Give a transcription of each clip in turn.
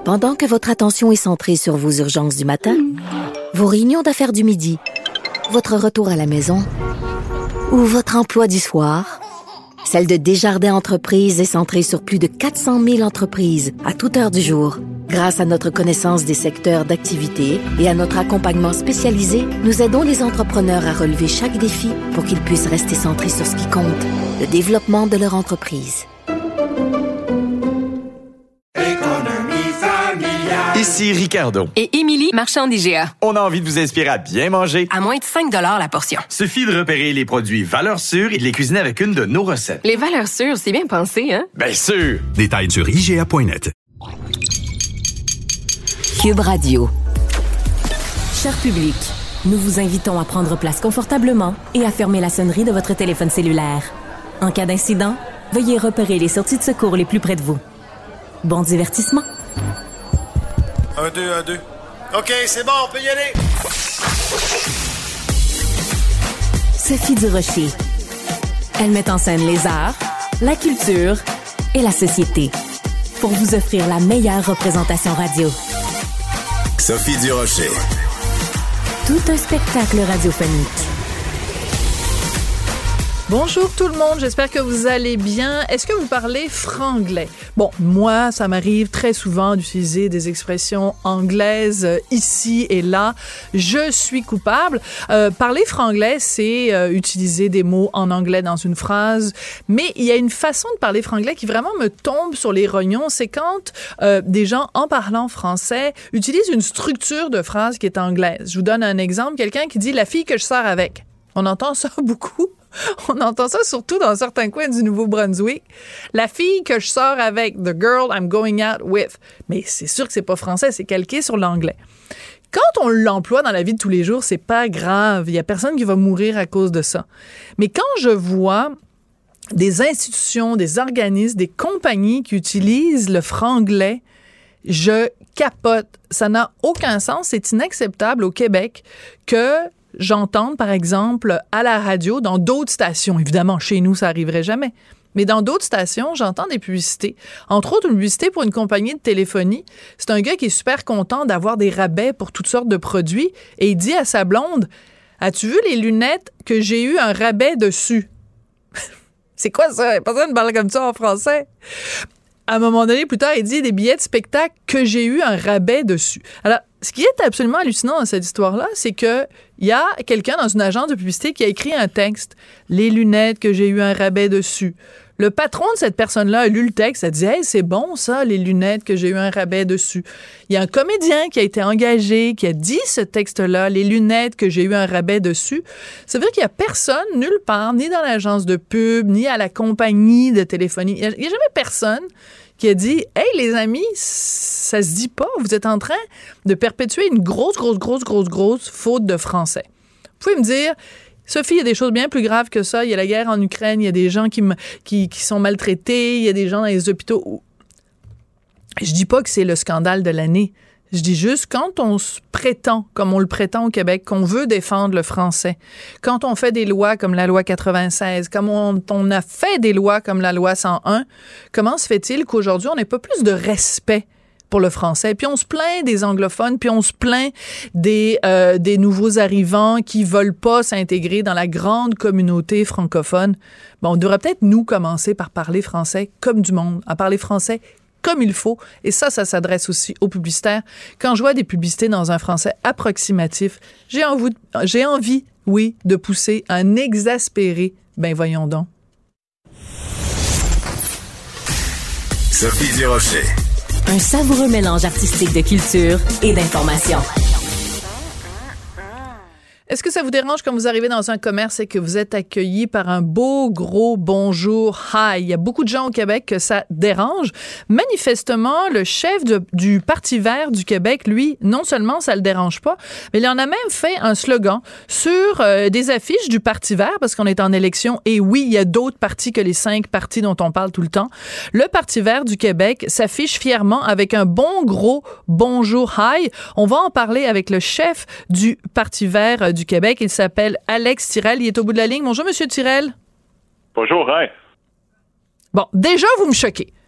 Pendant que votre attention est centrée sur vos urgences du matin, vos réunions d'affaires du midi, votre retour à la maison ou votre emploi du soir, celle de Desjardins Entreprises est centrée sur plus de 400 000 entreprises à toute heure du jour. Grâce à notre connaissance des secteurs d'activité et à notre accompagnement spécialisé, nous aidons les entrepreneurs à relever chaque défi pour qu'ils puissent rester centrés sur ce qui compte, le développement de leur entreprise. Ici Ricardo. Et Émilie, marchand d'IGA. On a envie de vous inspirer à bien manger. À moins de 5 $ la portion. Suffit de repérer les produits valeurs sûres et de les cuisiner avec une de nos recettes. Les valeurs sûres, c'est bien pensé, hein? Bien sûr! Détails sur IGA.net. Cube Radio. Cher public, nous vous invitons à prendre place confortablement et à fermer la sonnerie de votre téléphone cellulaire. En cas d'incident, veuillez repérer les sorties de secours les plus près de vous. Bon divertissement. 1, 2, 1, 2. OK, c'est bon, on peut y aller. Sophie Durocher. Elle met en scène les arts, la culture et la société pour vous offrir la meilleure représentation radio. Sophie Durocher. Tout un spectacle radiophonique. Bonjour tout le monde, j'espère que vous allez bien. Est-ce que vous parlez franglais? Bon, moi, ça m'arrive très souvent d'utiliser des expressions anglaises ici et là. Je suis coupable. Parler franglais, c'est utiliser des mots en anglais dans une phrase. Mais il y a une façon de parler franglais qui vraiment me tombe sur les rognons. C'est quand des gens, en parlant français, utilisent une structure de phrase qui est anglaise. Je vous donne un exemple. Quelqu'un qui dit « la fille que je sors avec ». On entend ça beaucoup. On entend ça surtout dans certains coins du Nouveau-Brunswick. La fille que je sors avec, the girl I'm going out with. Mais c'est sûr que c'est pas français, c'est calqué sur l'anglais. Quand on l'emploie dans la vie de tous les jours, c'est pas grave. Il y a personne qui va mourir à cause de ça. Mais quand je vois des institutions, des organismes, des compagnies qui utilisent le franglais, je capote. Ça n'a aucun sens. C'est inacceptable au Québec que j'entends, par exemple, à la radio, dans d'autres stations. Évidemment, chez nous, ça arriverait jamais. Mais dans d'autres stations, j'entends des publicités. Entre autres, une publicité pour une compagnie de téléphonie. C'est un gars qui est super content d'avoir des rabais pour toutes sortes de produits. Et il dit à sa blonde, « As-tu vu les lunettes que j'ai eu un rabais dessus? » C'est quoi ça? Personne ne parle comme ça en français. À un moment donné, plus tard, il dit des billets de spectacle que j'ai eu un rabais dessus. Alors, ce qui est absolument hallucinant dans cette histoire-là, c'est que il y a quelqu'un dans une agence de publicité qui a écrit un texte. Les lunettes que j'ai eu un rabais dessus. Le patron de cette personne-là a lu le texte, a dit « Hey, c'est bon ça, les lunettes que j'ai eu un rabais dessus. » Il y a un comédien qui a été engagé, qui a dit ce texte-là, « Les lunettes que j'ai eu un rabais dessus. » Ça veut dire qu'il n'y a personne, nulle part, ni dans l'agence de pub, ni à la compagnie de téléphonie. Il n'y a jamais personne qui a dit « Hey, les amis, ça se dit pas. Vous êtes en train de perpétuer une grosse faute de français. » Vous pouvez me dire « Sophie, il y a des choses bien plus graves que ça. Il y a la guerre en Ukraine, il y a des gens qui sont maltraités, il y a des gens dans les hôpitaux. » Je dis pas que c'est le scandale de l'année. Je dis juste, quand on se prétend, comme on le prétend au Québec, qu'on veut défendre le français, quand on fait des lois comme la loi 96, comme on a fait des lois comme la loi 101, comment se fait-il qu'aujourd'hui, on n'ait pas plus de respect pour le français? Puis on se plaint des anglophones, puis on se plaint des nouveaux arrivants qui veulent pas s'intégrer dans la grande communauté francophone. Bon, on devrait peut-être, nous, commencer par parler français comme du monde, à parler français comme il faut. Et ça s'adresse aussi aux publicitaires. Quand je vois des publicités dans un français approximatif, j'ai envie, oui, de pousser un exaspéré. Ben voyons donc. Sophie Durocher. Un savoureux mélange artistique de culture et d'information. Est-ce que ça vous dérange quand vous arrivez dans un commerce et que vous êtes accueilli par un beau, gros bonjour, hi? Il y a beaucoup de gens au Québec que ça dérange. Manifestement, le chef du Parti vert du Québec, lui, non seulement ça le dérange pas, mais il en a même fait un slogan sur des affiches du Parti vert, parce qu'on est en élection, et oui, il y a d'autres partis que les 5 partis dont on parle tout le temps. Le Parti vert du Québec s'affiche fièrement avec un bon, gros bonjour, hi. On va en parler avec le chef du Parti vert du Québec. Il s'appelle Alex Tirel. Il est au bout de la ligne. Bonjour, Monsieur Tirel. Bonjour, hein. Bon, déjà, vous me choquez.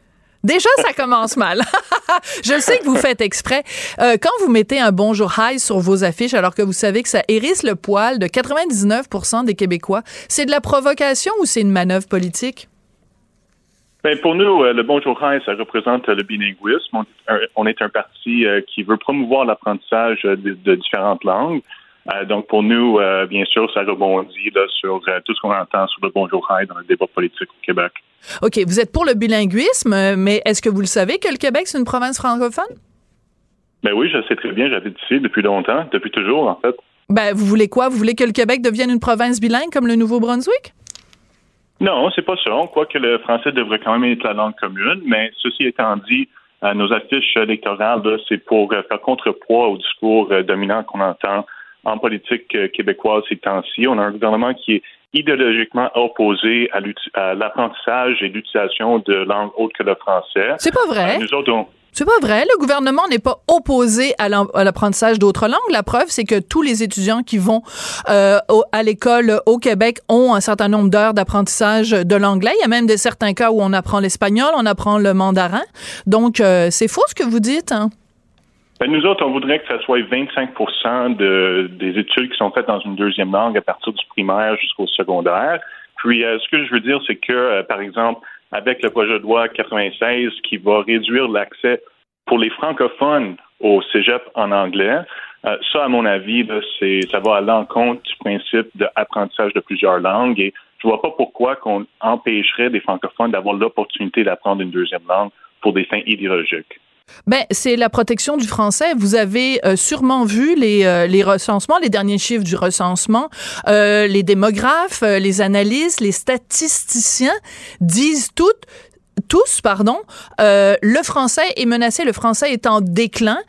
Déjà, ça commence mal. Je sais que vous faites exprès. Quand vous mettez un Bonjour Hi sur vos affiches, alors que vous savez que ça hérisse le poil de 99% des Québécois, c'est de la provocation ou c'est une manœuvre politique? Ben, pour nous, le Bonjour Hi, ça représente le bilinguisme. On est un parti qui veut promouvoir l'apprentissage de différentes langues. Donc, pour nous, bien sûr, ça rebondit là, sur tout ce qu'on entend sur le Bonjour Hi dans le débat politique au Québec. OK, vous êtes pour le bilinguisme, mais est-ce que vous le savez que le Québec, c'est une province francophone? Ben oui, je sais très bien. J'habite ici depuis longtemps, depuis toujours, en fait. Ben, vous voulez quoi? Vous voulez que le Québec devienne une province bilingue comme le Nouveau-Brunswick? Non, c'est pas ça. On croit que le français devrait quand même être la langue commune, mais ceci étant dit, nos affiches électorales, là, c'est pour faire contrepoids au discours dominant qu'on entend en politique québécoise ces temps-ci. On a un gouvernement qui est idéologiquement opposé à l'apprentissage et l'utilisation de langues autres que le français. C'est pas vrai. Nous autres, C'est pas vrai. Le gouvernement n'est pas opposé à l'apprentissage d'autres langues. La preuve, c'est que tous les étudiants qui vont à l'école au Québec ont un certain nombre d'heures d'apprentissage de l'anglais. Il y a même certains cas où on apprend l'espagnol, on apprend le mandarin. Donc, c'est faux ce que vous dites, hein? Ben, nous autres, on voudrait que ça soit 25% des études qui sont faites dans une deuxième langue à partir du primaire jusqu'au secondaire. Puis, ce que je veux dire, c'est que, par exemple, avec le projet de loi 96 qui va réduire l'accès pour les francophones au cégep en anglais, ça, à mon avis, là, ça va à l'encontre du principe d'apprentissage de plusieurs langues et je vois pas pourquoi qu'on empêcherait des francophones d'avoir l'opportunité d'apprendre une deuxième langue pour des fins idéologiques. Ben, c'est la protection du français. Vous avez sûrement vu les recensements, les derniers chiffres du recensement. Les démographes, les analystes, les statisticiens disent tous, le français est menacé, le français est en déclin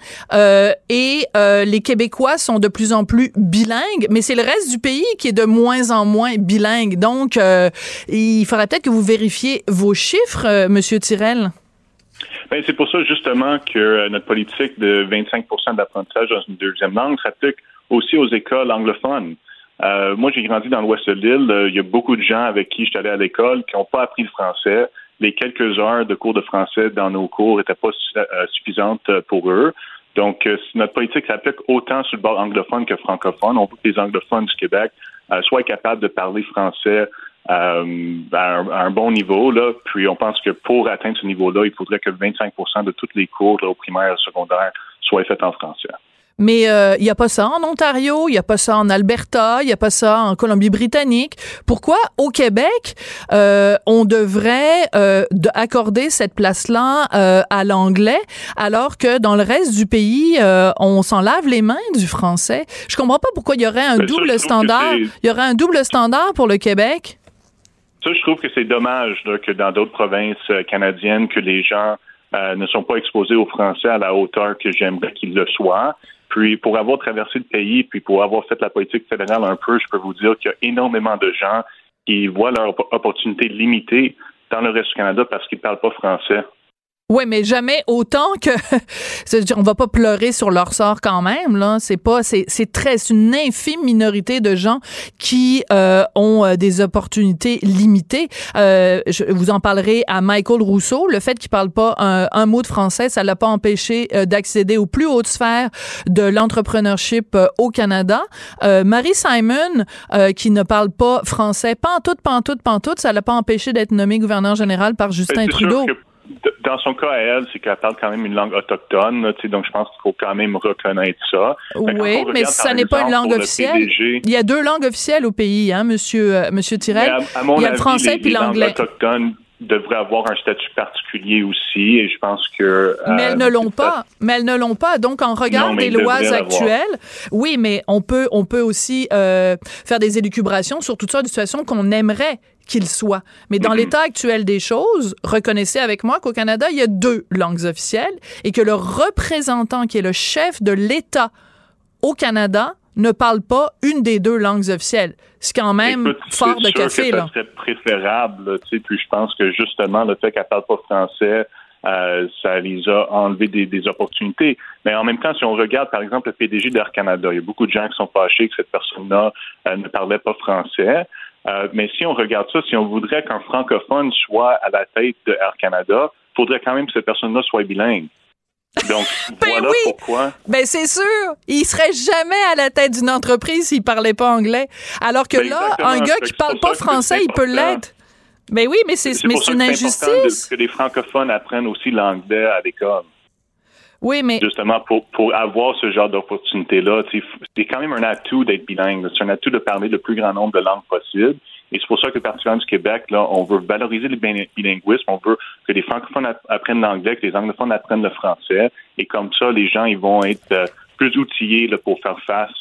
et les Québécois sont de plus en plus bilingues, mais c'est le reste du pays qui est de moins en moins bilingue. Donc, il faudrait peut-être que vous vérifiez vos chiffres, Monsieur Tirel. Ben, c'est pour ça, justement, que notre politique de 25% d'apprentissage dans une deuxième langue s'applique aussi aux écoles anglophones. Moi, j'ai grandi dans l'ouest de l'île. Il y a beaucoup de gens avec qui je suis allé à l'école qui n'ont pas appris le français. Les quelques heures de cours de français dans nos cours n'étaient pas suffisantes pour eux. Donc, notre politique s'applique autant sur le bord anglophone que francophone. On veut que les anglophones du Québec soient capables de parler français à un bon niveau, là. Puis on pense que pour atteindre ce niveau-là, il faudrait que 25% de tous les cours là, au primaire et au secondaire soient faits en français. Mais il n'y a pas ça en Ontario, il n'y a pas ça en Alberta, il n'y a pas ça en Colombie-Britannique. Pourquoi, au Québec, on devrait accorder cette place-là à l'anglais, alors que dans le reste du pays, on s'en lave les mains du français? Je comprends pas pourquoi il y aurait un double standard. Il y aurait un double standard pour le Québec. Ça, je trouve que c'est dommage là, que dans d'autres provinces canadiennes, que les gens ne sont pas exposés au français à la hauteur que j'aimerais qu'ils le soient. Puis, pour avoir traversé le pays, puis pour avoir fait la politique fédérale un peu, je peux vous dire qu'il y a énormément de gens qui voient leur opportunité limitée dans le reste du Canada parce qu'ils ne parlent pas français. Oui, mais jamais autant que, c'est-à-dire, on va pas pleurer sur leur sort quand même, là. C'est une infime minorité de gens qui ont des opportunités limitées. Je vous en parlerai à Michael Rousseau. Le fait qu'il parle pas un mot de français, ça l'a pas empêché d'accéder aux plus hautes sphères de l'entrepreneurship au Canada. Marie Simon, qui ne parle pas français, pantoute, ça l'a pas empêché d'être nommé gouverneur général par Justin Trudeau. Dans son cas à elle, c'est qu'elle parle quand même une langue autochtone, là, donc je pense qu'il faut quand même reconnaître ça. Oui, mais ça n'est pas une langue officielle. PDG, il y a deux langues officielles au pays, hein, Monsieur Tirel. À mon il y a avis, le français puis l'anglais. Les langues autochtones devraient avoir un statut particulier aussi, et je pense que... Mais elles ne l'ont pas. Mais elles ne l'ont pas. Donc, en regard des lois actuelles, oui, mais on peut aussi faire des élucubrations sur toutes sortes de situations qu'on aimerait qu'il soit. Mais dans l'état actuel des choses, reconnaissez avec moi qu'au Canada, il y a deux langues officielles et que le représentant qui est le chef de l'État au Canada ne parle pas une des deux langues officielles. C'est quand même fort de café, là. Ça serait préférable, tu sais, puis je pense que justement, le fait qu'elle parle pas français, ça les a enlevé des opportunités. Mais en même temps, si on regarde, par exemple, le PDG d'Air Canada, il y a beaucoup de gens qui sont fâchés que cette personne-là ne parlait pas français. Mais si on regarde ça, si on voudrait qu'un francophone soit à la tête de Air Canada, faudrait quand même que cette personne-là soit bilingue. Donc, voilà pourquoi. Ben, c'est sûr. Il serait jamais à la tête d'une entreprise s'il parlait pas anglais. Alors que là, un gars qui parle pas français, il peut l'être. Ben oui, mais c'est une injustice. Que les francophones apprennent aussi l'anglais à l'école. Oui, mais... Justement, pour avoir ce genre d'opportunité-là, c'est quand même un atout d'être bilingue. C'est un atout de parler le plus grand nombre de langues possible. Et c'est pour ça que le Parti vert du Québec, là, on veut valoriser le bilinguisme, on veut que les francophones apprennent l'anglais, que les anglophones apprennent le français. Et comme ça, les gens, ils vont être plus outillés là, pour faire face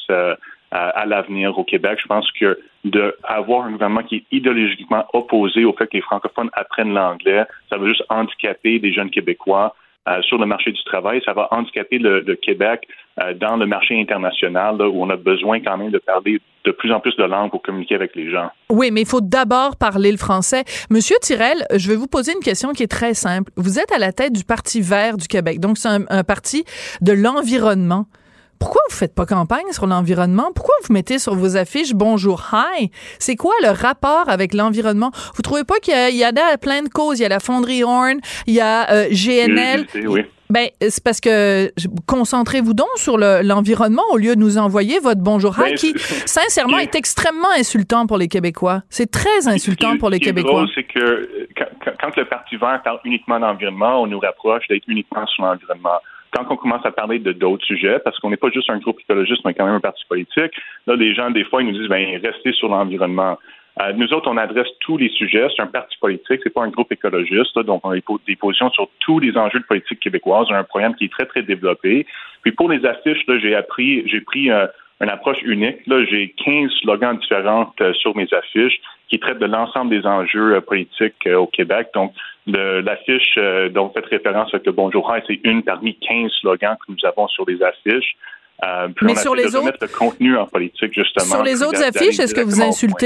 à l'avenir au Québec. Je pense que d'avoir un gouvernement qui est idéologiquement opposé au fait que les francophones apprennent l'anglais, ça va juste handicaper les jeunes Québécois sur le marché du travail. Ça va handicaper le Québec dans le marché international, là, où on a besoin quand même de parler de plus en plus de langues pour communiquer avec les gens. Oui, mais il faut d'abord parler le français. Monsieur Tirel, je vais vous poser une question qui est très simple. Vous êtes à la tête du Parti vert du Québec, donc c'est un parti de l'environnement. Pourquoi vous faites pas campagne sur l'environnement? Pourquoi vous mettez sur vos affiches « Bonjour, hi ». C'est quoi le rapport avec l'environnement? Vous trouvez pas qu'il y a plein de causes? Il y a la fonderie Horn, il y a GNL. Oui. Ben, c'est parce que concentrez-vous donc sur l'environnement au lieu de nous envoyer votre bonjour hi qui, sincèrement, est extrêmement insultant pour les Québécois. C'est très insultant pour les Québécois. Ce qui est drôle, c'est que quand le Parti vert parle uniquement d'environnement, on nous rapproche d'être uniquement sur l'environnement. Quand on commence à parler de d'autres sujets, parce qu'on n'est pas juste un groupe écologiste, mais quand même un parti politique, là, les gens, des fois, ils nous disent, restez sur l'environnement. Nous autres, on adresse tous les sujets. C'est un parti politique, c'est pas un groupe écologiste, là, donc on a des positions sur tous les enjeux de politique québécoise. On a un programme qui est très, très développé. Puis pour les affiches, là, j'ai pris une approche unique. Là, j'ai 15 slogans différents sur mes affiches qui traitent de l'ensemble des enjeux politiques au Québec. Donc, l'affiche dont vous faites référence avec le Bonjour Hi, c'est une parmi 15 slogans que nous avons sur les affiches. Puis mais on sur les autres, mettre le contenu en politique, justement. Sur les autres affiches, est-ce que vous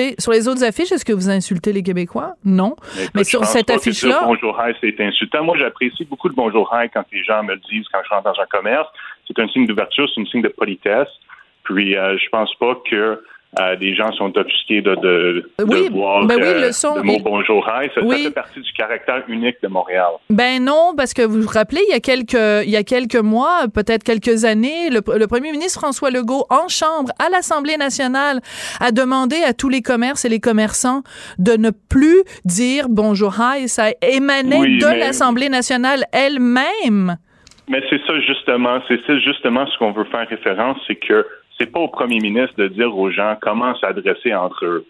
insultez les Québécois? Non. Mais sur cette affiche-là. Le Bonjour Hi, c'est insultant. Moi, j'apprécie beaucoup le Bonjour Hi quand les gens me le disent quand je rentre dans un commerce. C'est un signe d'ouverture, c'est un signe de politesse. Puis, je pense pas que des gens sont offusqués de voir le mot Bonjour Hi. Ça fait partie du caractère unique de Montréal. Ben non, parce que vous vous rappelez, il y a quelques mois, peut-être quelques années, le premier ministre François Legault, en chambre, à l'Assemblée nationale, a demandé à tous les commerces et les commerçants de ne plus dire Bonjour Hi. Ça émanait de l'Assemblée nationale elle-même. Mais c'est ça justement ce qu'on veut faire référence, c'est que c'est pas au premier ministre de dire aux gens comment s'adresser entre eux.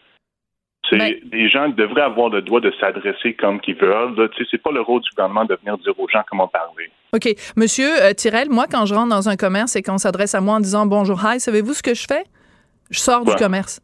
Les gens devraient avoir le droit de s'adresser comme qu'ils veulent. C'est pas le rôle du gouvernement de venir dire aux gens comment parler. OK. Monsieur Tirel, moi, quand je rentre dans un commerce et qu'on s'adresse à moi en disant Bonjour, hi, savez-vous ce que je fais? Je sors du commerce.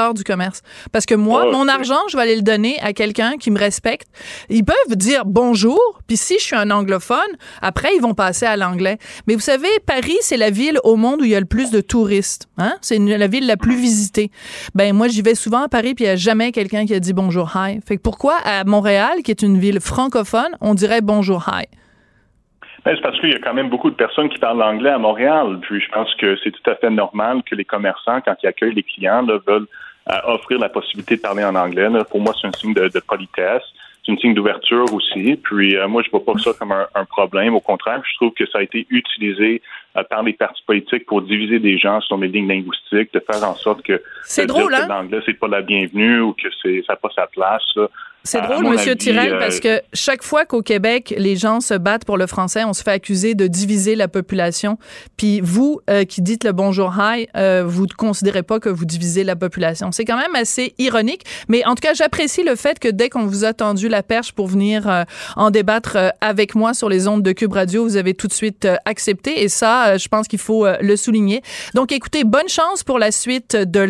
Parce que moi, mon argent, je vais aller le donner à quelqu'un qui me respecte. Ils peuvent dire bonjour, puis si je suis un anglophone, après, ils vont passer à l'anglais. Mais vous savez, Paris, c'est la ville au monde où il y a le plus de touristes. Hein? C'est la ville la plus visitée. Ben moi, j'y vais souvent à Paris, puis il n'y a jamais quelqu'un qui a dit bonjour, hi. Fait que pourquoi, à Montréal, qui est une ville francophone, on dirait bonjour, hi? Ben, c'est parce qu'il y a quand même beaucoup de personnes qui parlent l'anglais à Montréal. Puis je pense que c'est tout à fait normal que les commerçants, quand ils accueillent les clients, là, veulent offrir la possibilité de parler en anglais. Là. Pour moi, c'est un signe de politesse. C'est un signe d'ouverture aussi. Puis moi, je ne vois pas ça comme un problème. Au contraire, je trouve que ça a été utilisé par les partis politiques pour diviser des gens sur les lignes linguistiques, de faire en sorte que que l'anglais, c'est pas la bienvenue ou que ça n'a pas sa place. Là. C'est drôle, Monsieur Tirel, parce que chaque fois qu'au Québec, les gens se battent pour le français, on se fait accuser de diviser la population. Puis vous, qui dites le bonjour hi, vous ne considérez pas que vous divisez la population. C'est quand même assez ironique. Mais en tout cas, j'apprécie le fait que dès qu'on vous a tendu la perche pour venir en débattre avec moi sur les ondes de Cube Radio, vous avez tout de suite accepté. Et ça, je pense qu'il faut le souligner. Donc, écoutez, bonne chance pour la suite de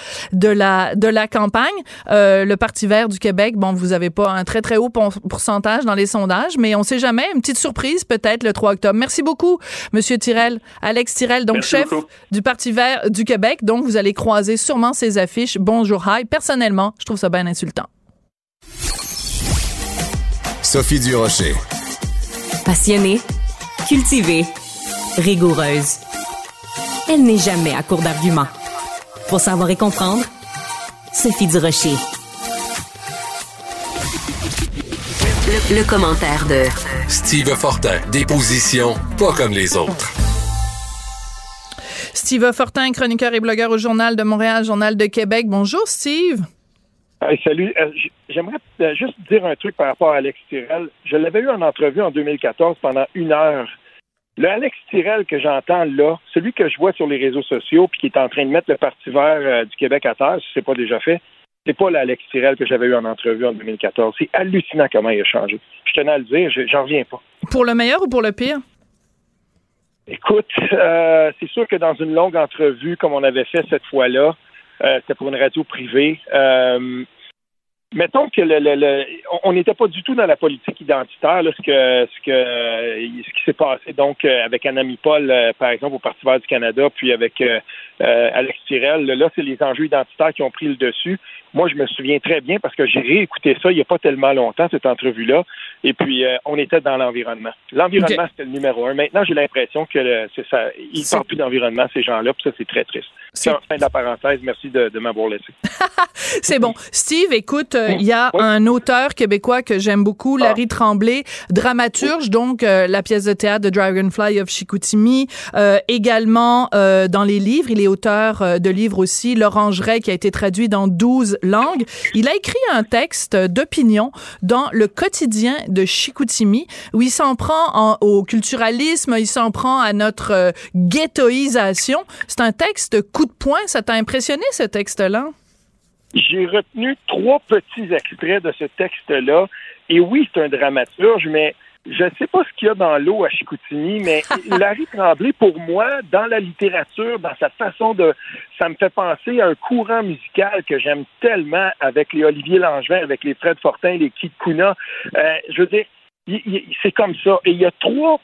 la campagne. Le Parti vert du Québec, bon, vous avez pas un très, très haut pourcentage dans les sondages, mais on sait jamais. Une petite surprise, peut-être, le 3 octobre. Merci beaucoup, Monsieur Tirel. Alex Tirel, donc chef du Parti vert du Québec. Donc, vous allez croiser sûrement ces affiches. Bonjour, hi. Personnellement, je trouve ça bien insultant. Sophie Durocher. Passionnée, cultivée, rigoureuse. Elle n'est jamais à court d'arguments. Pour savoir et comprendre, Sophie Durocher. Le commentaire de Steve Fortin, des positions pas comme les autres. Steve Fortin, chroniqueur et blogueur au Journal de Montréal, Journal de Québec. Bonjour, Steve. Hey, salut. J'aimerais juste dire un truc par rapport à Alex Tyrell. Je l'avais eu en entrevue en 2014 pendant 1 heure. Le Alex Tyrell que j'entends là, celui que je vois sur les réseaux sociaux puis qui est en train de mettre le Parti vert du Québec à terre, si c'est pas déjà fait, c'est pas l'Alex Tyrell que j'avais eu en entrevue en 2014. C'est hallucinant comment il a changé. Je tenais à le dire, j'en reviens pas. Pour le meilleur ou pour le pire? Écoute, c'est sûr que dans une longue entrevue, comme on avait fait cette fois-là, c'était pour une radio privée, mettons que on n'était pas du tout dans la politique identitaire, là, ce qui s'est passé donc avec Anami Paul, par exemple, au Parti vert du Canada, puis avec Alex Tyrell. Là, c'est les enjeux identitaires qui ont pris le dessus. Moi, je me souviens très bien parce que j'ai réécouté ça il n'y a pas tellement longtemps, cette entrevue-là, et puis on était dans l'environnement. L'environnement, C'était le numéro 1. Maintenant, j'ai l'impression que c'est ça. Ils ne parlent plus d'environnement, ces gens-là, puis ça, c'est très triste. C'est la fin de la parenthèse. Merci de m'avoir laissé. C'est bon. Steve, écoute, il y a un auteur québécois que j'aime beaucoup, Larry Tremblay, dramaturge, donc la pièce de théâtre de Dragonfly of Chicoutimi, également dans les livres. Il est auteur de livres aussi, L'Orangerie, qui a été traduit dans 12 langues. Il a écrit un texte d'opinion dans le quotidien de Chicoutimi, où il s'en prend au culturalisme, il s'en prend à notre ghettoisation. C'est un texte coup de poing. Ça t'a impressionné, ce texte-là? J'ai retenu 3 petits extraits de ce texte-là. Et oui, c'est un dramaturge, mais je ne sais pas ce qu'il y a dans l'eau à Chicoutimi, mais Larry Tremblay, pour moi, dans la littérature, dans sa façon de... Ça me fait penser à un courant musical que j'aime tellement avec les Olivier Langevin, avec les Fred Fortin, les Kid Kuna. Je veux dire, c'est comme ça. Et il y a 3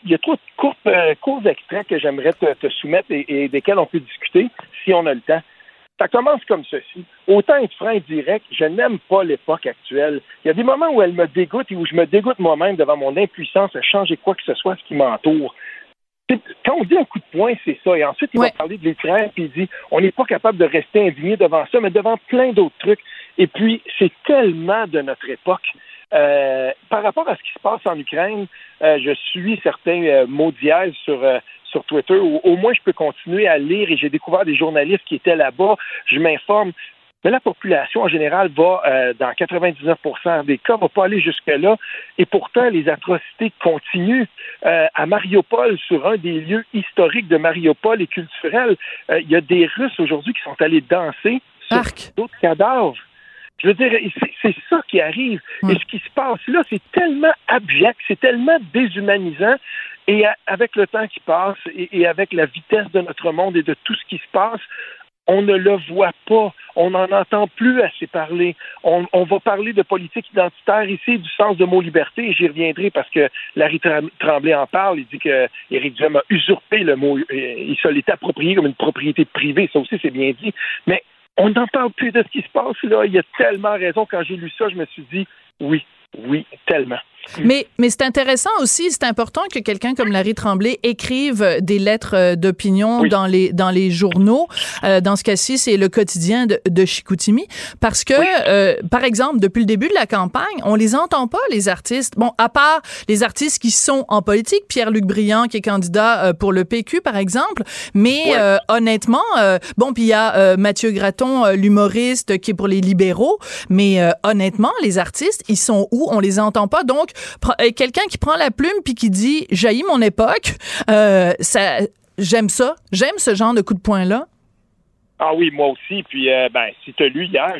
courts extraits que j'aimerais te soumettre et desquels on peut discuter si on a le temps. Ça commence comme ceci. Autant être franc et direct, je n'aime pas l'époque actuelle. Il y a des moments où elle me dégoûte et où je me dégoûte moi-même devant mon impuissance à changer quoi que ce soit ce qui m'entoure. Quand on dit un coup de poing, c'est ça. Et ensuite, il va parler de l'Ukraine, puis il dit on n'est pas capable de rester indigné devant ça, mais devant plein d'autres trucs. Et puis, c'est tellement de notre époque. Par rapport à ce qui se passe en Ukraine, je suis certains mots dièse sur Twitter, où au moins je peux continuer à lire, et j'ai découvert des journalistes qui étaient là-bas, je m'informe. Mais la population, en général, va, dans 99% des cas, va pas aller jusque-là. Et pourtant, les atrocités continuent. À Mariupol, sur un des lieux historiques de Mariupol et culturels, il y a des Russes aujourd'hui qui sont allés danser sur d'autres cadavres. Je veux dire, c'est ça qui arrive. Et ce qui se passe là, c'est tellement abject, c'est tellement déshumanisant. Et avec le temps qui passe et avec la vitesse de notre monde et de tout ce qui se passe, on ne le voit pas. On n'en entend plus assez parler. On va parler de politique identitaire ici, du sens de mot liberté, et j'y reviendrai parce que Larry Tremblay en parle. Il dit que Éric Duhem a usurpé le mot. Il se l'est approprié comme une propriété privée. Ça aussi, c'est bien dit. Mais on n'en parle plus de ce qui se passe là. Il y a tellement raison. Quand j'ai lu ça, je me suis dit oui, tellement. Mais c'est intéressant aussi, c'est important que quelqu'un comme Larry Tremblay écrive des lettres d'opinion dans les journaux. Dans ce cas-ci, c'est le quotidien de Chicoutimi. Parce que, par exemple, depuis le début de la campagne, on les entend pas, les artistes. Bon, à part les artistes qui sont en politique, Pierre-Luc Briand, qui est candidat pour le PQ, par exemple. Mais honnêtement, bon, puis il y a Mathieu Gratton, l'humoriste, qui est pour les libéraux. Mais honnêtement, les artistes, ils sont où? On les entend pas. Donc, quelqu'un qui prend la plume puis qui dit « J'haïs mon époque », j'aime ça. J'aime ce genre de coup de poing-là. Ah oui, moi aussi. Puis, si tu as lu hier,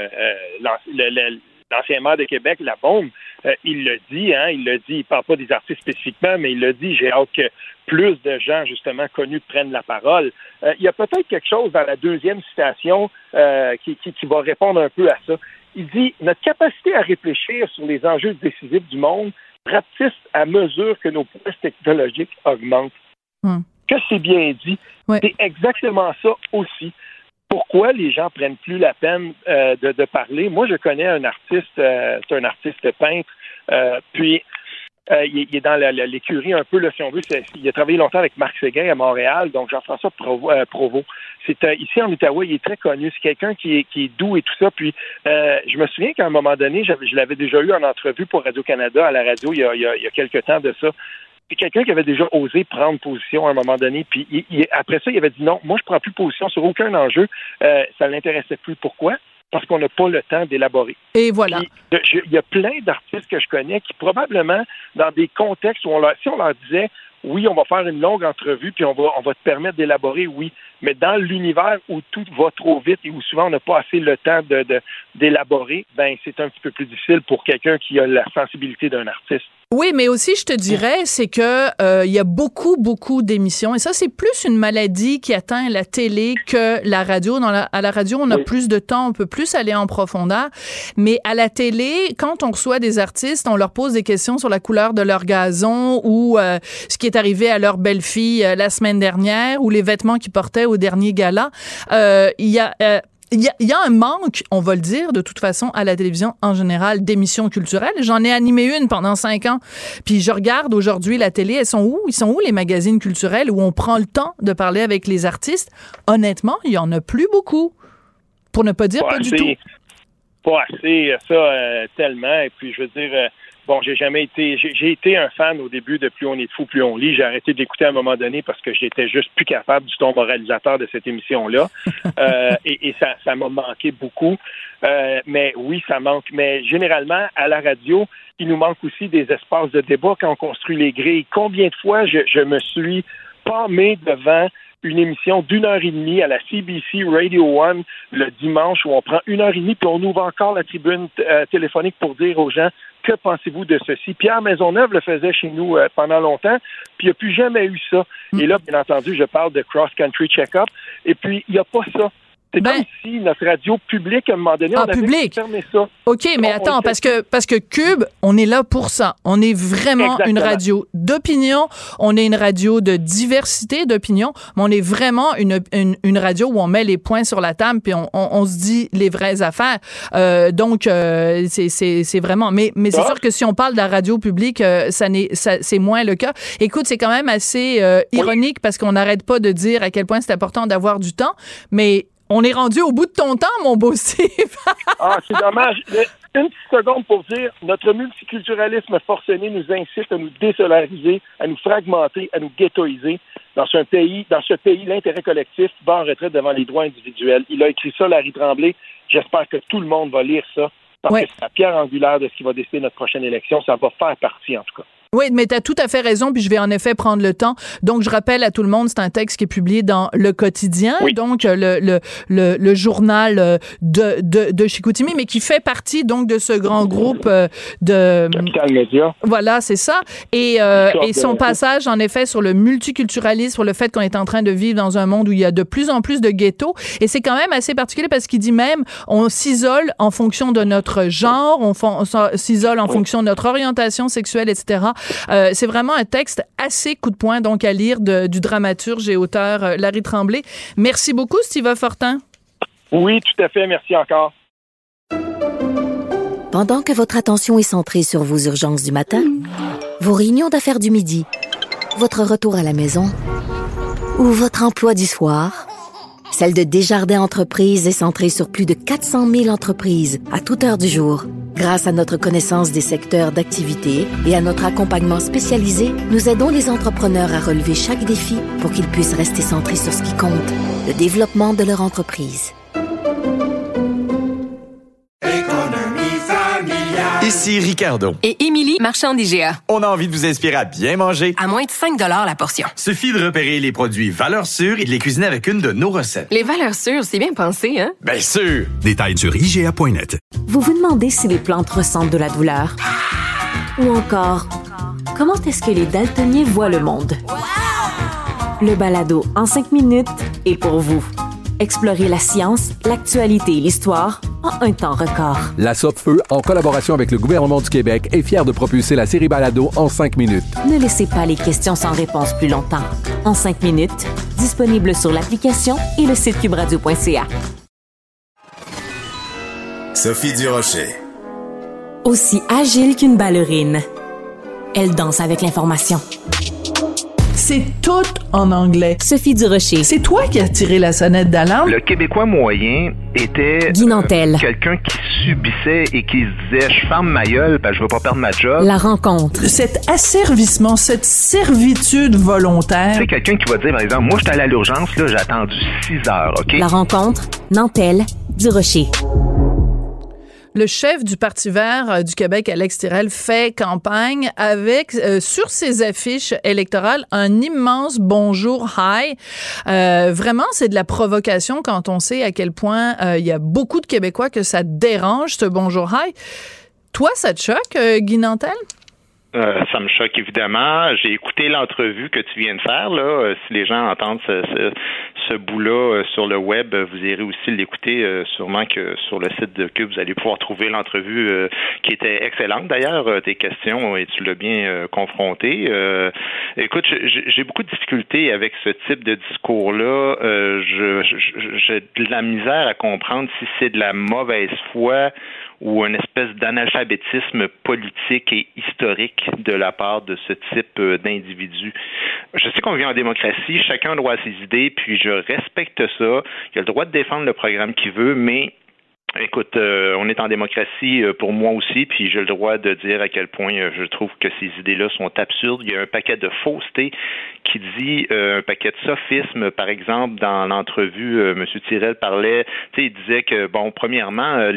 l'ancien maire de Québec, La Bombe, il le dit, il parle pas des artistes spécifiquement, mais il le dit, j'ai hâte que plus de gens, justement, connus prennent la parole. Il y a peut-être quelque chose dans la deuxième citation qui va répondre un peu à ça. Il dit « Notre capacité à réfléchir sur les enjeux décisifs du monde rapetisse à mesure que nos prouesses technologiques augmentent. » Que c'est bien dit. C'est exactement ça aussi. Pourquoi les gens prennent plus la peine de parler? Moi, je connais un artiste, c'est un artiste peintre, puis il est dans l'écurie un peu, là, si on veut. Il a travaillé longtemps avec Marc Séguin à Montréal, donc Jean-François Provost. Ici en Outaouais, il est très connu. C'est quelqu'un qui est doux et tout ça. Puis, je me souviens qu'à un moment donné, je l'avais déjà eu en entrevue pour Radio-Canada à la radio il y a quelques temps de ça. Puis quelqu'un qui avait déjà osé prendre position à un moment donné, puis après ça, il avait dit non, moi je prends plus position sur aucun enjeu, ça ne l'intéressait plus. Pourquoi? Parce qu'on n'a pas le temps d'élaborer. Et voilà. Puis, il y a plein d'artistes que je connais qui probablement, dans des contextes où si on leur disait oui, on va faire une longue entrevue, puis on va te permettre d'élaborer, oui, mais dans l'univers où tout va trop vite et où souvent on n'a pas assez le temps d'élaborer, ben c'est un petit peu plus difficile pour quelqu'un qui a la sensibilité d'un artiste. Oui, mais aussi, je te dirais, c'est que il y a beaucoup d'émissions, et ça, c'est plus une maladie qui atteint la télé que la radio. À la radio, on a plus de temps, on peut plus aller en profondeur, mais à la télé, quand on reçoit des artistes, on leur pose des questions sur la couleur de leur gazon ou ce qui est arrivé à leur belle-fille la semaine dernière ou les vêtements qu'ils portaient au dernier gala. Il y a un manque, on va le dire, de toute façon, à la télévision en général, d'émissions culturelles. J'en ai animé une pendant 5 ans. Puis je regarde aujourd'hui la télé. Elles sont où? Ils sont où les magazines culturels où on prend le temps de parler avec les artistes? Honnêtement, il y en a plus beaucoup. Pour ne pas dire pas du tout. Pas assez, ça, tellement. Et puis, je veux dire... Bon, j'ai été un fan au début de Plus on est de fou, plus on lit. J'ai arrêté d'écouter à un moment donné parce que j'étais juste plus capable du ton moralisateur de cette émission-là. Et ça m'a manqué beaucoup. Mais oui, ça manque. Mais généralement, à la radio, il nous manque aussi des espaces de débat quand on construit les grilles. Combien de fois je me suis pâmé devant une émission d'1h30 à la CBC Radio 1 le dimanche où on prend 1h30 puis on ouvre encore la tribune téléphonique pour dire aux gens que pensez-vous de ceci. Pierre Maisonneuve le faisait chez nous pendant longtemps, puis il n'y a plus jamais eu ça. Et là, bien entendu, je parle de Cross Country Check-up, et puis il n'y a pas ça. C'est comme si notre radio publique, à un moment donné, on avait fermé ça. OK, mais attends, parce que Cube, on est là pour ça. On est vraiment une radio d'opinion, on est une radio de diversité d'opinion, mais on est vraiment une radio où on met les points sur la table puis on se dit les vraies affaires. Donc, c'est vraiment... Mais c'est sûr que si on parle de la radio publique, c'est moins le cas. Écoute, c'est quand même assez ironique parce qu'on n'arrête pas de dire à quel point c'est important d'avoir du temps, mais on est rendu au bout de ton temps, mon beau Steve. C'est dommage. Une petite seconde pour dire, notre multiculturalisme forcené nous incite à nous désolariser, à nous fragmenter, à nous ghettoiser. Dans ce pays, l'intérêt collectif va en retraite devant les droits individuels. Il a écrit ça, Larry Tremblay. J'espère que tout le monde va lire ça. Parce que c'est la pierre angulaire de ce qui va décider notre prochaine élection. Ça va faire partie, en tout cas. Oui, mais tu as tout à fait raison, puis je vais en effet prendre le temps. Donc, je rappelle à tout le monde, c'est un texte qui est publié dans Le Quotidien, donc le journal de Chicoutimi, mais qui fait partie donc de ce grand groupe de... Capital Média. Voilà, c'est ça. Et son passage, en effet, sur le multiculturalisme, sur le fait qu'on est en train de vivre dans un monde où il y a de plus en plus de ghettos. Et c'est quand même assez particulier parce qu'il dit même, on s'isole en fonction de notre genre, on s'isole en fonction de notre orientation sexuelle, etc. C'est vraiment un texte assez coup de poing donc à lire du dramaturge et auteur Larry Tremblay. Merci beaucoup, Steve Fortin. Oui, tout à fait. Merci encore. Pendant que votre attention est centrée sur vos urgences du matin, vos réunions d'affaires du midi, votre retour à la maison ou votre emploi du soir, celle de Desjardins Entreprises est centrée sur plus de 400 000 entreprises à toute heure du jour. Grâce à notre connaissance des secteurs d'activité et à notre accompagnement spécialisé, nous aidons les entrepreneurs à relever chaque défi pour qu'ils puissent rester centrés sur ce qui compte, le développement de leur entreprise. Ici Ricardo. Et Émilie, marchand d'IGA. On a envie de vous inspirer à bien manger. À moins de 5 $ la portion. Suffit de repérer les produits valeurs sûres et de les cuisiner avec une de nos recettes. Les valeurs sûres, c'est bien pensé, hein? Bien sûr! Détails sur IGA.net. Vous vous demandez si les plantes ressentent de la douleur? Ou encore, comment est-ce que les daltoniens voient le monde? Le balado en 5 minutes est pour vous. Explorez la science, l'actualité et l'histoire en un temps record. La Sopfeu, en collaboration avec le gouvernement du Québec, est fière de propulser la série Balado en 5 minutes. Ne laissez pas les questions sans réponse plus longtemps. En 5 minutes, disponible sur l'application et le site cubradio.ca. Sophie Durocher. Aussi agile qu'une ballerine, elle danse avec l'information. C'est tout en anglais. Sophie Durocher. C'est toi qui as tiré la sonnette d'alarme. Le Québécois moyen était Guy Nantel. Quelqu'un qui subissait et qui se disait « Je ferme ma gueule, je veux pas perdre ma job ». La rencontre. Cet asservissement, cette servitude volontaire. C'est quelqu'un qui va dire, par exemple, moi, j'étais allé à l'urgence, là, j'ai attendu 6 heures, OK? La rencontre. Nantel. Durocher. Le chef du Parti vert du Québec, Alex Tirel, fait campagne avec, sur ses affiches électorales, un immense bonjour hi. Vraiment, c'est de la provocation quand on sait à quel point il y a beaucoup de Québécois que ça dérange, ce bonjour hi. Toi, ça te choque, Guy Nantel? Ça me choque évidemment. J'ai écouté l'entrevue que tu viens de faire. Là. Si les gens entendent ce bout-là sur le web, vous irez aussi l'écouter. Sûrement que sur le site de Cube, vous allez pouvoir trouver l'entrevue qui était excellente. D'ailleurs, tes questions, et tu l'as bien confronté. Écoute, j'ai beaucoup de difficultés avec ce type de discours-là. J'ai de la misère à comprendre si c'est de la mauvaise foi ou une espèce d'analphabétisme politique et historique de la part de ce type d'individu. Je sais qu'on vit en démocratie, chacun a droit à ses idées, puis je respecte ça. Il a le droit de défendre le programme qu'il veut, mais écoute, on est en démocratie pour moi aussi, puis j'ai le droit de dire à quel point je trouve que ces idées-là sont absurdes. Il y a un paquet de fausseté qui dit un paquet de sophismes. Par exemple, dans l'entrevue, M. Tirel parlait, tu sais, il disait que, bon, premièrement,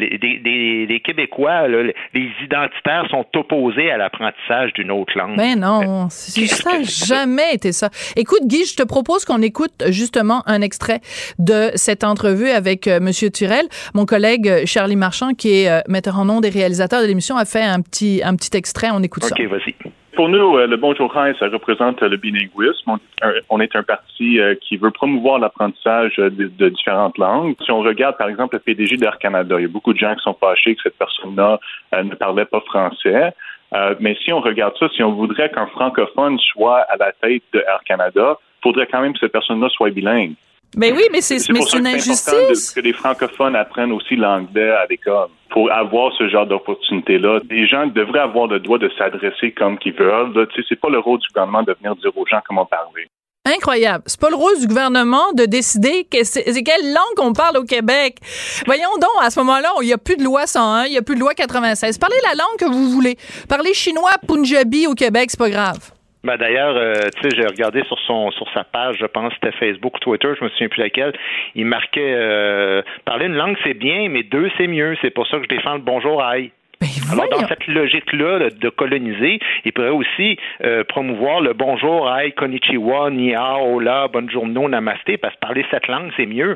les Québécois, là, les identitaires sont opposés à l'apprentissage d'une autre langue. Ben non, ça n'a jamais été ça. Écoute, Guy, je te propose qu'on écoute justement un extrait de cette entrevue avec M. Tirel. Mon collègue Charlie Marchand, qui est metteur en ondes et réalisateur de l'émission, a fait un petit extrait. On écoute ça. OK, vas-y. Pour nous, le Bonjour Hi, ça représente le bilinguisme. On est un parti qui veut promouvoir l'apprentissage de différentes langues. Si on regarde, par exemple, le PDG d'Air Canada, il y a beaucoup de gens qui sont fâchés que cette personne-là ne parlait pas français. Mais si on regarde ça, si on voudrait qu'un francophone soit à la tête de Air Canada, il faudrait quand même que cette personne-là soit bilingue. Ben oui, mais c'est une injustice. Que les francophones apprennent aussi l'anglais à l'école. Pour avoir ce genre d'opportunité-là, les gens devraient avoir le droit de s'adresser comme qu'ils veulent. Tu sais, c'est pas le rôle du gouvernement de venir dire aux gens comment parler. Incroyable. C'est pas le rôle du gouvernement de décider c'est quelle langue on parle au Québec. Voyons donc, à ce moment-là, il n'y a plus de loi 101, il n'y a plus de loi 96. Parlez la langue que vous voulez. Parlez chinois, punjabi au Québec, c'est pas grave. Ben d'ailleurs, tu sais, j'ai regardé sur sa page, je pense c'était Facebook ou Twitter, je me souviens plus laquelle, il marquait parler une langue c'est bien, mais deux c'est mieux. C'est pour ça que je défends le bonjour aïe. Alors, dans cette logique-là de coloniser, il pourrait aussi promouvoir le bonjour, aïe, konnichiwa, ni hao, hola, bonjourno, namasté, parce que parler cette langue, c'est mieux.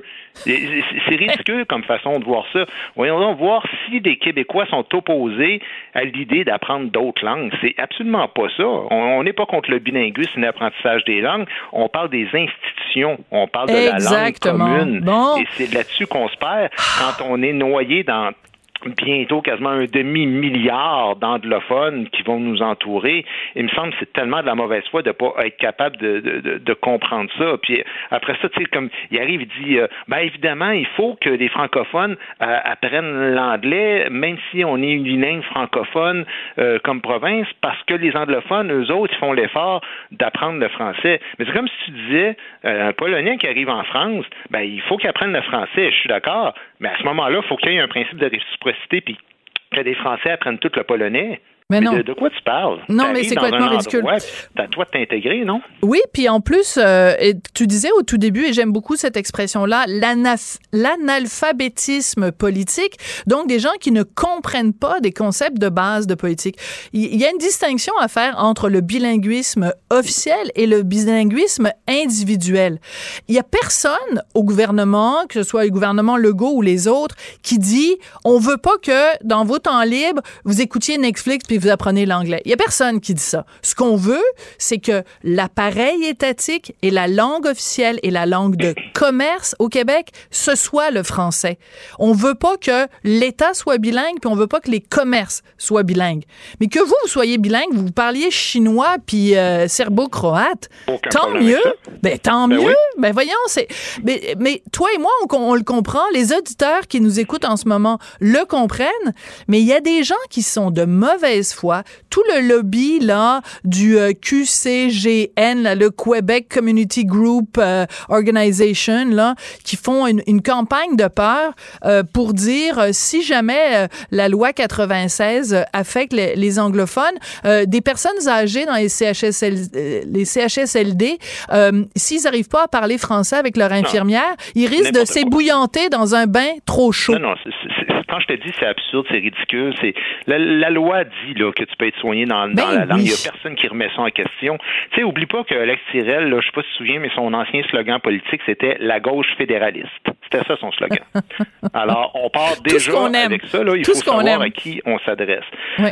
C'est ridicule comme façon de voir ça. Voyons donc voir si des Québécois sont opposés à l'idée d'apprendre d'autres langues. C'est absolument pas ça. On n'est pas contre le bilinguisme et l'apprentissage des langues. On parle des institutions. On parle de la langue commune. Bon. Et c'est là-dessus qu'on se perd quand on est noyé dans bientôt quasiment 1/2 milliard d'anglophones qui vont nous entourer. Il me semble que c'est tellement de la mauvaise foi de pas être capable de comprendre ça. Puis après ça, tu sais, comme il arrive, il dit, ben évidemment, il faut que les francophones apprennent l'anglais, même si on est unilingue francophone comme province, parce que les anglophones, eux autres, ils font l'effort d'apprendre le français. Mais c'est comme si tu disais, un Polonais qui arrive en France, ben il faut qu'il apprenne le français. Je suis d'accord, mais à ce moment-là, il faut qu'il y ait un principe de réciprocité, puis que les Français apprennent tout le polonais. Mais non. De quoi tu parles? Non, mais c'est complètement ridicule. C'est à toi de t'intégrer, non? Oui, puis en plus, tu disais au tout début, et j'aime beaucoup cette expression-là, l'analphabétisme politique, donc des gens qui ne comprennent pas des concepts de base de politique. Il y a une distinction à faire entre le bilinguisme officiel et le bilinguisme individuel. Il y a personne au gouvernement, que ce soit le gouvernement Legault ou les autres, qui dit « on veut pas que, dans vos temps libres, vous écoutiez Netflix puis vous apprenez l'anglais. » Il y a personne qui dit ça. Ce qu'on veut, c'est que l'appareil étatique et la langue officielle et la langue de commerce au Québec, ce soit le français. On veut pas que l'État soit bilingue, puis on veut pas que les commerces soient bilingues. Mais que vous soyez bilingue, vous parliez chinois puis serbo-croate, tant mieux. Ben tant mieux. Oui. Ben voyons, mais toi et moi, on le comprend. Les auditeurs qui nous écoutent en ce moment le comprennent. Mais il y a des gens qui sont de mauvaise 10 fois. Tout le lobby là du QCGN, là, le Quebec Community Group Organization, là, qui font une campagne de peur pour dire si jamais la loi 96 affecte les anglophones, des personnes âgées dans les CHSLD, s'ils n'arrivent pas à parler français avec leur infirmière, ils risquent de s'ébouillanter dans un bain trop chaud. Non, quand je te dis c'est absurde, c'est ridicule, c'est la loi dit là que tu peux être soigné dans la langue. Il n'y a personne qui remet ça en question. Tu sais, oublie pas que Alex Tirel, là, je sais pas si tu te souviens, mais son ancien slogan politique, c'était la gauche fédéraliste. C'était ça son slogan. Alors, on part déjà avec ça. Là, il faut savoir à qui on s'adresse. Ouais.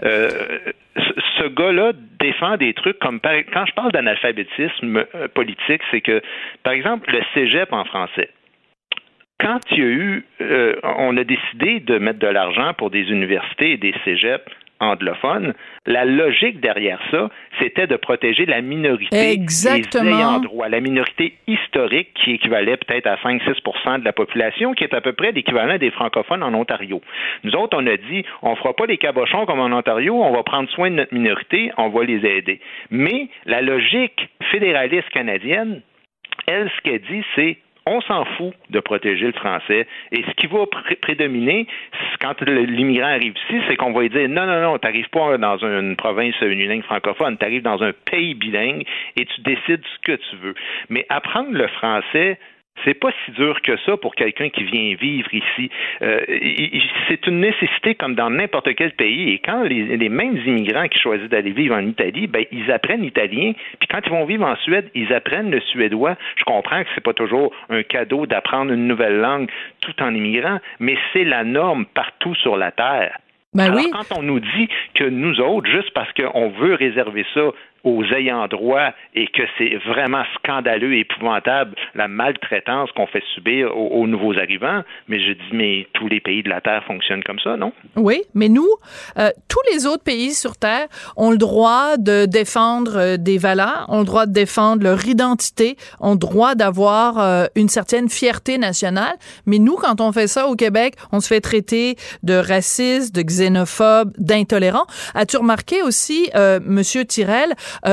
Ce gars-là défend des trucs comme... Quand je parle d'analphabétisme politique, c'est que, par exemple, le cégep en français, quand il y a eu... on a décidé de mettre de l'argent pour des universités et des cégeps anglophones, la logique derrière ça, c'était de protéger la minorité des ayants droit, la minorité historique qui équivalait peut-être à 5-6% de la population, qui est à peu près l'équivalent des francophones en Ontario. Nous autres, on a dit, on fera pas les cabochons comme en Ontario, on va prendre soin de notre minorité, on va les aider. Mais la logique fédéraliste canadienne, elle, ce qu'elle dit, c'est on s'en fout de protéger le français. Et ce qui va prédominer, quand l'immigrant arrive ici, c'est qu'on va lui dire non, t'arrives pas dans une province unilingue francophone, t'arrives dans un pays bilingue et tu décides ce que tu veux. Mais apprendre le français, c'est pas si dur que ça pour quelqu'un qui vient vivre ici. C'est une nécessité comme dans n'importe quel pays. Et quand les mêmes immigrants qui choisissent d'aller vivre en Italie, ben ils apprennent l'italien. Puis quand ils vont vivre en Suède, ils apprennent le suédois. Je comprends que c'est pas toujours un cadeau d'apprendre une nouvelle langue tout en immigrant, mais c'est la norme partout sur la Terre. Alors, quand on nous dit que nous autres, juste parce qu'on veut réserver ça aux ayants droit et que c'est vraiment scandaleux et épouvantable la maltraitance qu'on fait subir aux nouveaux arrivants, mais je dis, mais tous les pays de la Terre fonctionnent comme ça, non? Oui, mais nous, tous les autres pays sur Terre ont le droit de défendre des valeurs, ont le droit de défendre leur identité, ont le droit d'avoir une certaine fierté nationale, mais nous, quand on fait ça au Québec, on se fait traiter de raciste, de xénophobe, d'intolérant. As-tu remarqué aussi, Monsieur Tirel,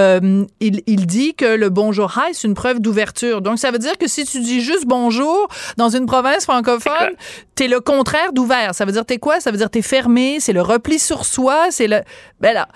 il dit que le bonjour hi, c'est une preuve d'ouverture. Donc, ça veut dire que si tu dis juste bonjour dans une province francophone, t'es le contraire d'ouvert. Ça veut dire t'es quoi? Ça veut dire t'es fermé, c'est le repli sur soi, c'est le... Ben là,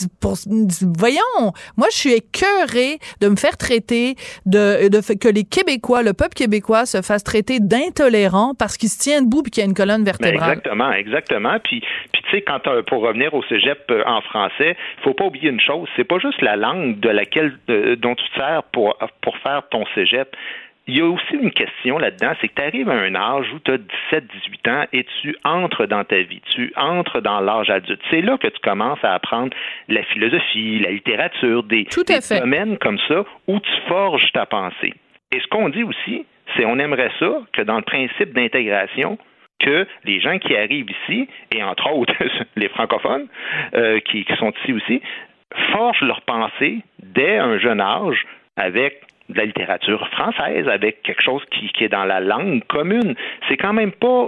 voyons, moi, je suis écœurée de me faire traiter que les Québécois, le peuple québécois se fasse traiter d'intolérant parce qu'il se tient debout puis qu'il y a une colonne vertébrale. Exactement. Puis tu sais, pour revenir au cégep en français, il faut pas oublier une chose, c'est pas juste la langue dont tu te sers pour faire ton cégep. Il y a aussi une question là-dedans, c'est que tu arrives à un âge où tu as 17-18 ans et tu entres dans ta vie, tu entres dans l'âge adulte. C'est là que tu commences à apprendre la philosophie, la littérature, des domaines comme ça où tu forges ta pensée. Et ce qu'on dit aussi, c'est on aimerait ça que dans le principe d'intégration, que les gens qui arrivent ici, et entre autres les francophones qui sont ici aussi, forgent leur pensée dès un jeune âge avec de la littérature française, avec quelque chose qui est dans la langue commune. C'est quand même pas...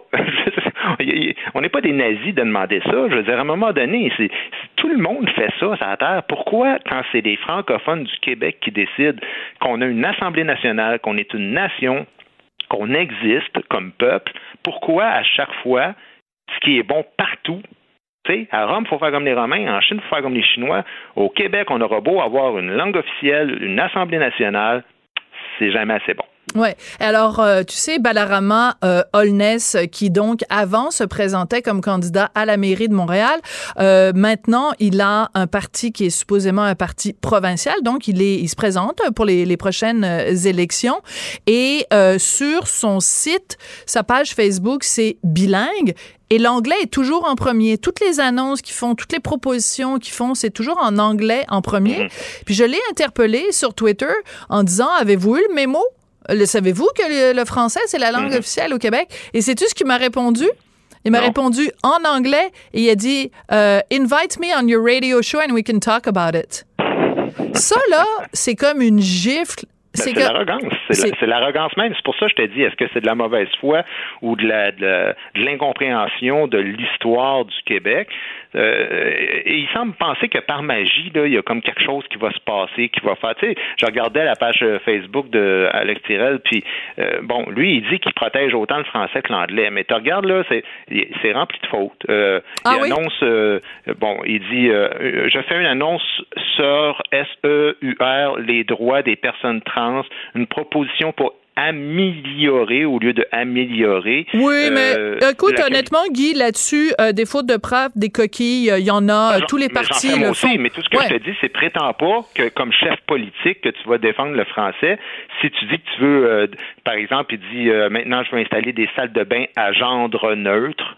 on n'est pas des nazis de demander ça. Je veux dire, à un moment donné, tout le monde fait ça sur la Terre. Pourquoi, quand c'est les francophones du Québec qui décident qu'on a une Assemblée nationale, qu'on est une nation, qu'on existe comme peuple, pourquoi à chaque fois, ce qui est bon partout, à Rome, il faut faire comme les Romains. En Chine, il faut faire comme les Chinois. Au Québec, on aura beau avoir une langue officielle, une Assemblée nationale, c'est jamais assez bon. Ouais. Alors, tu sais, Balarama Holness, qui donc avant se présentait comme candidat à la mairie de Montréal, maintenant il a un parti qui est supposément un parti provincial, donc il se présente pour les prochaines élections. Et sur son site, sa page Facebook, c'est bilingue. Et l'anglais est toujours en premier. Toutes les annonces qu'ils font, toutes les propositions qu'ils font, c'est toujours en anglais en premier. Puis je l'ai interpellé sur Twitter en disant, avez-vous eu le mémo? Savez-vous que le français, c'est la langue officielle au Québec? Et sais-tu ce qu'il m'a répondu? Il m'a répondu en anglais et il a dit « Invite me on your radio show and we can talk about it ». Ça, là, c'est comme une gifle. C'est l'arrogance. C'est l'arrogance même. C'est pour ça que je te dis, est-ce que c'est de la mauvaise foi ou de l'incompréhension de l'histoire du Québec? Et il semble penser que par magie, là, il y a comme quelque chose qui va se passer, qui va faire. Tu sais, je regardais la page Facebook de Alex Tirel, puis lui, il dit qu'il protège autant le français que l'anglais. Mais tu regardes là, c'est rempli de fautes. Il annonce, il dit, je fais une annonce sur SEUR, les droits des personnes trans, une proposition pour améliorer au lieu de améliorer. Oui, mais écoute, honnêtement, Guy, là-dessus, des fautes de preuve, des coquilles, il y en a, tous les partis le font. Mais tout ce que je te dis, c'est prétends pas que comme chef politique que tu vas défendre le français. Si tu dis que tu veux, par exemple, il dit maintenant je veux installer des salles de bain à gendre neutre,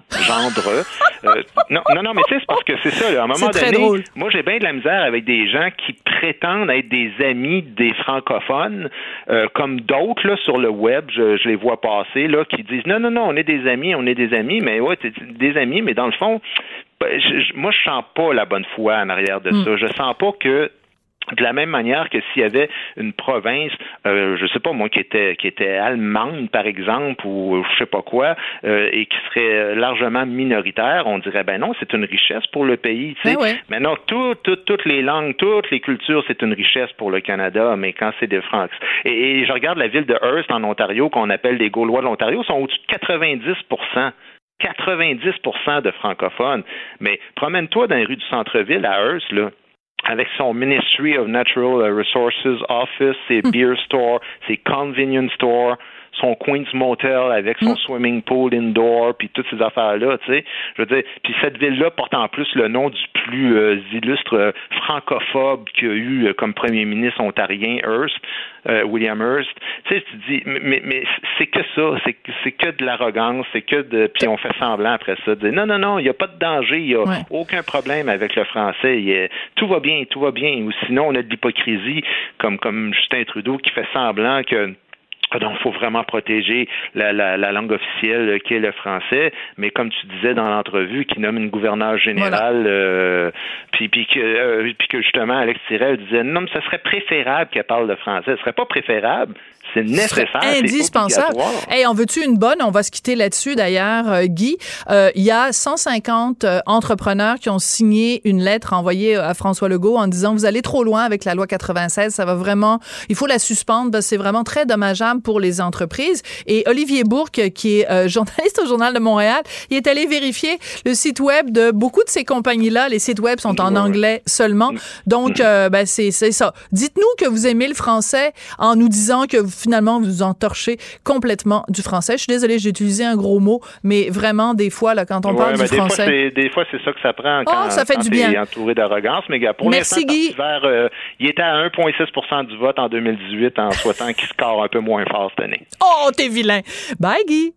non, mais tu sais, c'est parce que c'est ça, là, à un moment donné, drôle. Moi j'ai bien de la misère avec des gens qui prétendent être des amis des francophones, comme d'autres, là, sur le web, je les vois passer, là, qui disent non, on est des amis, mais ouais, t'es des amis, mais dans le fond, moi, je sens pas la bonne foi en arrière de ça. Je sens pas que de la même manière que s'il y avait une province, je sais pas moi, qui était allemande par exemple, ou je sais pas quoi, et qui serait largement minoritaire, on dirait ben non, c'est une richesse pour le pays, tu sais. Mais non, toutes les langues, toutes les cultures, c'est une richesse pour le Canada, mais quand c'est des Francs. Et je regarde la ville de Hearst en Ontario, qu'on appelle les Gaulois de l'Ontario, sont au-dessus de 90%. 90% de francophones. Mais promène-toi dans les rues du centre-ville à Hearst, là, avec son Ministry of Natural Resources Office, ses beer stores, ses convenience stores, son Queen's Motel avec son swimming pool indoor, puis toutes ces affaires-là, tu sais. Je veux dire, puis cette ville-là porte en plus le nom du plus illustre francophobe qu'il y a eu comme premier ministre ontarien, Hearst, William Hearst. Tu sais, tu dis, mais c'est que ça, c'est que de l'arrogance, c'est que de... Puis on fait semblant après ça, de dire non, il n'y a pas de danger, il n'y a aucun problème avec le français, tout va bien, ou sinon on a de l'hypocrisie, comme Justin Trudeau qui fait semblant que donc, il faut vraiment protéger la langue officielle qui est le français, mais comme tu disais dans l'entrevue, qui nomme une gouverneure générale, puis que justement Alex Tirel disait non, mais ce serait préférable qu'elle parle le français. Ce serait pas préférable. C'est nécessaire, c'est indispensable. Hey, en veux-tu une bonne? On va se quitter là-dessus, d'ailleurs, Guy. Il y a 150 entrepreneurs qui ont signé une lettre envoyée à François Legault en disant vous allez trop loin avec la loi 96, ça va vraiment, il faut la suspendre, parce que c'est vraiment très dommageable pour les entreprises. Et Olivier Bourque, qui est journaliste au Journal de Montréal, il est allé vérifier le site web de beaucoup de ces compagnies-là. Les sites web sont en anglais seulement. Donc, c'est ça. Dites-nous que vous aimez le français en nous disant que finalement, vous entorchez complètement du français. Je suis désolée, j'ai utilisé un gros mot, mais vraiment, des fois, là, quand on parle du français... Des fois, c'est ça que ça prend quand ça fait du bien. T'es entouré d'arrogance. Mais gars, pour l'instant, Guy. Il était à 1,6% du vote en 2018 en souhaitant qu'il score un peu moins fort cette année. Oh, t'es vilain! Bye, Guy!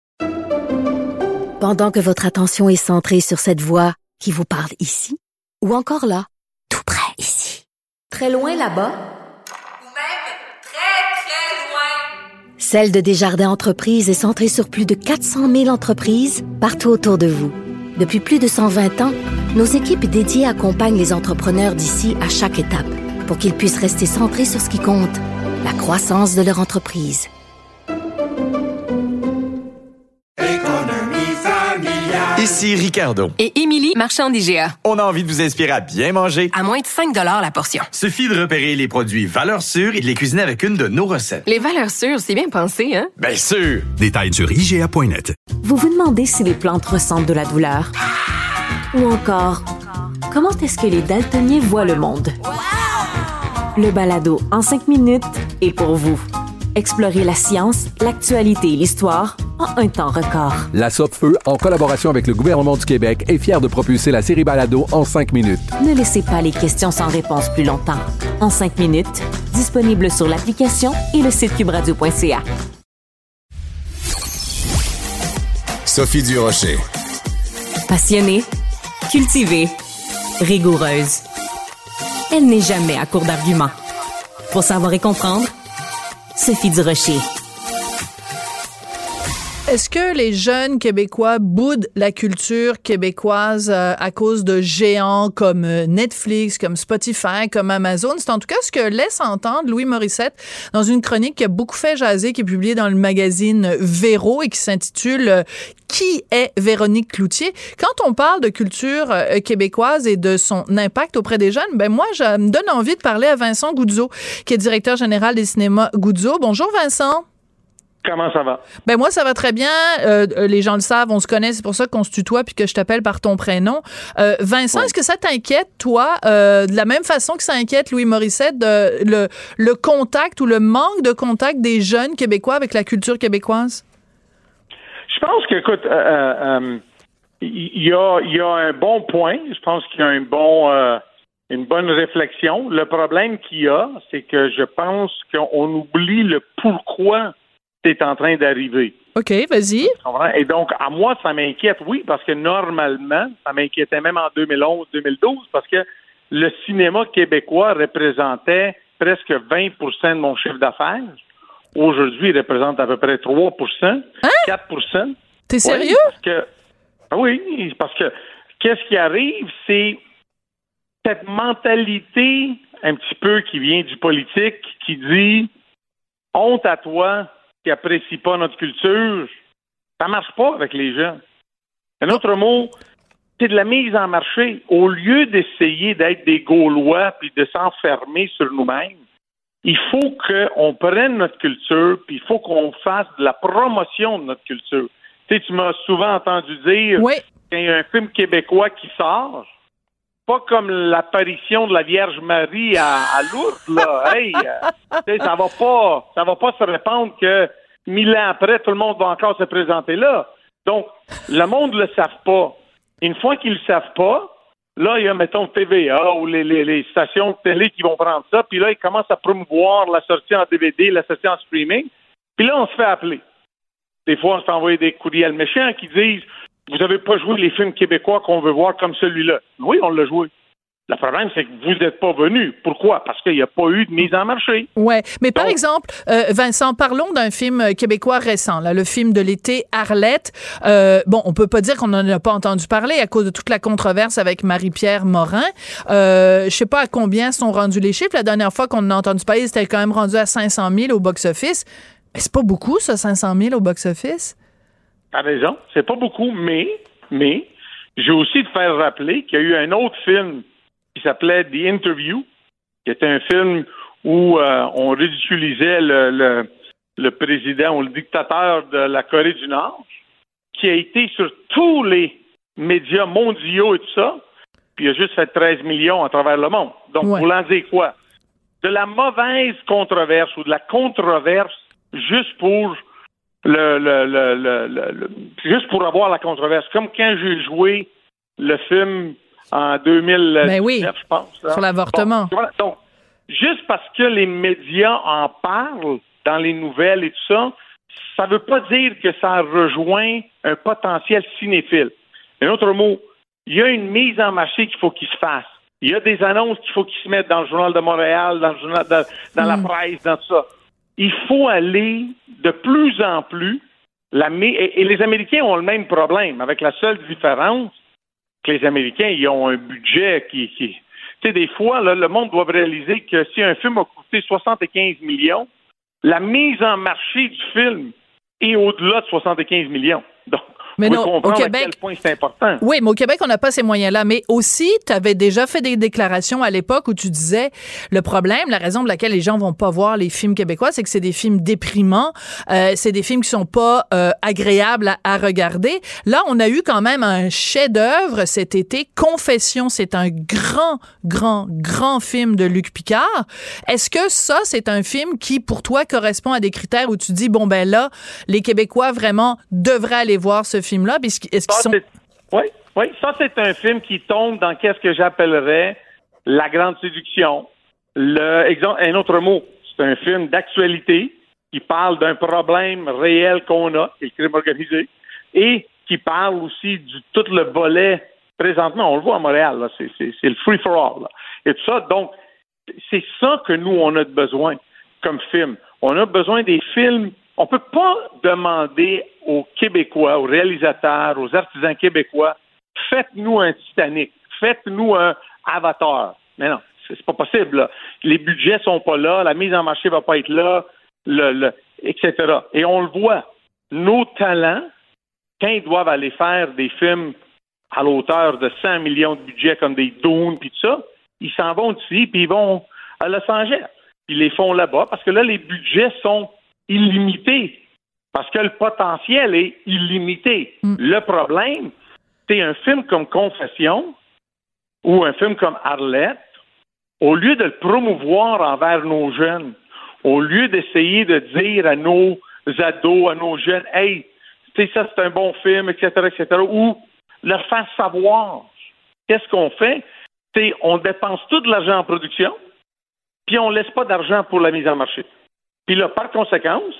Pendant que votre attention est centrée sur cette voix qui vous parle ici, ou encore là, tout près ici, très loin là-bas, Celle de Desjardins Entreprises est centrée sur plus de 400 000 entreprises partout autour de vous. Depuis plus de 120 ans, nos équipes dédiées accompagnent les entrepreneurs d'ici à chaque étape pour qu'ils puissent rester centrés sur ce qui compte, la croissance de leur entreprise. Ici Ricardo. Et Émilie, marchand d'IGA. On a envie de vous inspirer à bien manger. À moins de 5 $ la portion. Suffit de repérer les produits valeurs sûres et de les cuisiner avec une de nos recettes. Les valeurs sûres, c'est bien pensé, hein? Bien sûr! Détails sur IGA.net. Vous vous demandez si les plantes ressentent de la douleur? Ou encore, comment est-ce que les daltoniens voient le monde? Le balado en 5 minutes est pour vous. Explorez la science, l'actualité et l'histoire en un temps record. La Sopfeu, en collaboration avec le gouvernement du Québec, est fière de propulser la série Balado en 5 minutes. Ne laissez pas les questions sans réponse plus longtemps. En 5 minutes, disponible sur l'application et le site cubradio.ca. Sophie Durocher. Passionnée, cultivée, rigoureuse. Elle n'est jamais à court d'arguments. Pour savoir et comprendre, Sophie Durocher. Est-ce que les jeunes Québécois boudent la culture québécoise à cause de géants comme Netflix, comme Spotify, comme Amazon? C'est en tout cas ce que laisse entendre Louis Morissette dans une chronique qui a beaucoup fait jaser, qui est publiée dans le magazine Véro et qui s'intitule « Qui est Véronique Cloutier ?» Quand on parle de culture québécoise et de son impact auprès des jeunes, ben moi, je me donne envie de parler à Vincent Goudzo, qui est directeur général des cinémas Goudzo. Bonjour Vincent. Comment ça va? Ben moi, ça va très bien. Les gens le savent, on se connaît, c'est pour ça qu'on se tutoie puis que je t'appelle par ton prénom. Vincent, Est-ce que ça t'inquiète, toi, de la même façon que ça inquiète Louis Morissette, le contact ou le manque de contact des jeunes Québécois avec la culture québécoise? Je pense que, écoute, il y a un bon point. Je pense qu'il y a une bonne réflexion. Le problème qu'il y a, c'est que je pense qu'on oublie le pourquoi c'est en train d'arriver. OK, vas-y. Et donc, à moi, ça m'inquiète, oui, parce que normalement, ça m'inquiétait même en 2011-2012, parce que le cinéma québécois représentait presque 20 % de mon chiffre d'affaires. Aujourd'hui, il représente à peu près 3 %, 4 %. T'es sérieux? Oui, parce que qu'est-ce qui arrive, c'est cette mentalité un petit peu qui vient du politique, qui dit « honte à toi », qui n'apprécient pas notre culture, ça marche pas avec les gens. Un autre mot, c'est de la mise en marché. Au lieu d'essayer d'être des Gaulois puis de s'enfermer sur nous-mêmes, il faut qu'on prenne notre culture puis il faut qu'on fasse de la promotion de notre culture. Tu sais, tu m'as souvent entendu dire qu'il y a un film québécois qui sort, pas comme l'apparition de la Vierge Marie à Lourdes, là. Hey, ça va pas se répandre que 1000 ans après, tout le monde va encore se présenter là. Donc, le monde le savent pas. Une fois qu'ils le savent pas, là, il y a, mettons, TVA ou les stations de télé qui vont prendre ça, puis là, ils commencent à promouvoir la sortie en DVD, la sortie en streaming, puis là, on se fait appeler. Des fois, on se fait envoyer des courriels méchants qui disent « Vous avez pas joué les films québécois qu'on veut voir comme celui-là. » Oui, on l'a joué. Le problème, c'est que vous n'êtes pas venu. Pourquoi? Parce qu'il n'y a pas eu de mise en marché. Oui, mais par exemple, Vincent, parlons d'un film québécois récent, là, le film de l'été, Arlette. On peut pas dire qu'on n'en a pas entendu parler à cause de toute la controverse avec Marie-Pierre Morin. Je sais pas à combien sont rendus les chiffres. La dernière fois qu'on en a entendu parler, c'était quand même rendu à 500 000 au box-office. Mais c'est pas beaucoup, ça, 500 000 au box-office? T'as raison, c'est pas beaucoup, mais j'ai aussi de faire rappeler qu'il y a eu un autre film qui s'appelait The Interview, qui était un film où on ridiculisait le président ou le dictateur de la Corée du Nord, qui a été sur tous les médias mondiaux et tout ça, puis il a juste fait 13 millions à travers le monde. Donc, voulant dire quoi? De la mauvaise controverse ou de la controverse juste pour juste pour avoir la controverse. Comme quand j'ai joué le film en 2019, je pense. Sur l'avortement. Bon, donc, juste parce que les médias en parlent dans les nouvelles et tout ça, ça veut pas dire que ça rejoint un potentiel cinéphile. Un autre mot, il y a une mise en marché qu'il faut qu'il se fasse. Il y a des annonces qu'il faut qu'ils se mettent dans le Journal de Montréal, dans le journal dans la presse, dans tout ça. Il faut aller de plus en plus, et les Américains ont le même problème, avec la seule différence que les Américains, ils ont un budget qui tu sais, des fois, là, le monde doit réaliser que si un film a coûté 75 millions, la mise en marché du film est au-delà de 75 millions. Donc, mais non, au Québec, à quel point c'est important. Oui, mais au Québec, on n'a pas ces moyens-là. Mais aussi, tu avais déjà fait des déclarations à l'époque où tu disais le problème, la raison pour laquelle les gens vont pas voir les films québécois, c'est que c'est des films déprimants, c'est des films qui sont pas agréables à regarder. Là, on a eu quand même un chef-d'œuvre cet été, Confession. C'est un grand film de Luc Picard. Est-ce que ça, c'est un film qui, pour toi, correspond à des critères où tu dis, bon, ben là, les Québécois vraiment devraient aller voir ce film-là? Est-ce qu'ils sont... Oui, ça, c'est un film qui tombe dans qu'est-ce que j'appellerais la grande séduction. Un autre mot, c'est un film d'actualité qui parle d'un problème réel qu'on a, qui est le crime organisé, et qui parle aussi du tout le volet, présentement, on le voit à Montréal, là, c'est le free-for-all, là, et tout ça. Donc, c'est ça que nous, on a besoin comme film. On a besoin des films. On peut pas demander aux Québécois, aux réalisateurs, aux artisans québécois, faites-nous un Titanic, faites-nous un Avatar. Mais non, c'est pas possible. Là. Les budgets sont pas là, la mise en marché va pas être là, etc. Et on le voit. Nos talents, quand ils doivent aller faire des films à l'auteur de 100 millions de budget comme des Dune puis tout ça, ils s'en vont d'ici puis ils vont à Los Angeles. Ils les font là-bas parce que là, les budgets sont illimités. Parce que le potentiel est illimité. Le problème, c'est un film comme Confession ou un film comme Arlette, au lieu de le promouvoir envers nos jeunes, au lieu d'essayer de dire à nos ados, à nos jeunes, « Hey, tu sais, ça, c'est un bon film, etc., etc., » ou leur faire savoir qu'est-ce qu'on fait, c'est on dépense tout de l'argent en production, puis on laisse pas d'argent pour la mise en marché. Puis là, par conséquence,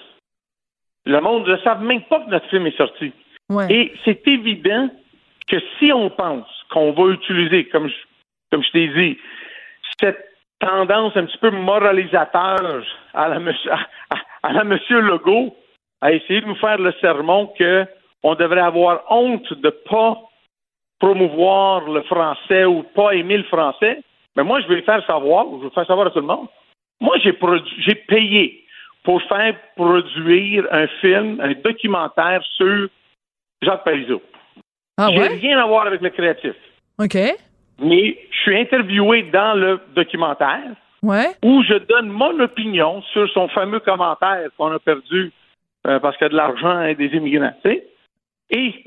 le monde ne savent même pas que notre film est sorti. Ouais. Et c'est évident que si on pense qu'on va utiliser, comme je t'ai dit, cette tendance un petit peu moralisateur à la Monsieur Legault, à essayer de nous faire le sermon qu'on devrait avoir honte de ne pas promouvoir le français ou pas aimer le français, mais moi, je vais le faire savoir, je vais le faire savoir à tout le monde. Moi, j'ai payé pour faire produire un film, un documentaire sur Jacques Parizeau. Ah ouais? J'ai rien à voir avec le créatif. OK. Mais je suis interviewé dans le documentaire où je donne mon opinion sur son fameux commentaire qu'on a perdu parce qu'il y a de l'argent et des immigrants. T'sais? Et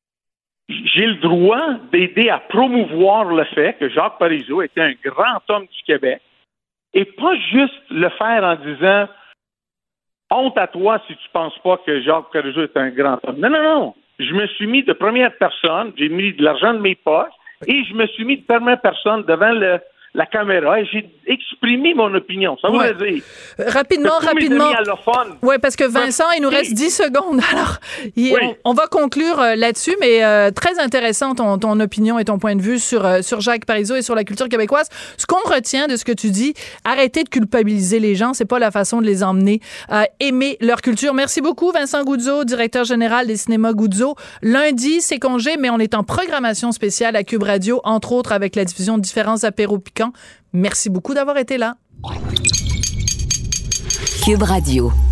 j'ai le droit d'aider à promouvoir le fait que Jacques Parizeau était un grand homme du Québec et pas juste le faire en disant « Honte à toi si tu penses pas que Jacques Parizeau est un grand homme ». Non, non, non. Je me suis mis de première personne, j'ai mis de l'argent de mes poches et je me suis mis de première personne devant la caméra et j'ai exprimé mon opinion. Ça voudrait dire. Rapidement. Oui, parce que Vincent, il nous reste 10 secondes. Alors, on va conclure là-dessus, mais très intéressant ton opinion et ton point de vue sur Jacques Parizeau et sur la culture québécoise. Ce qu'on retient de ce que tu dis, arrêtez de culpabiliser les gens, c'est pas la façon de les emmener à aimer leur culture. Merci beaucoup, Vincent Goudzo, directeur général des cinémas Goudzo. Lundi, c'est congé, mais on est en programmation spéciale à Cube Radio, entre autres avec la diffusion de différents apéros piquants. Merci beaucoup d'avoir été là. Cube Radio.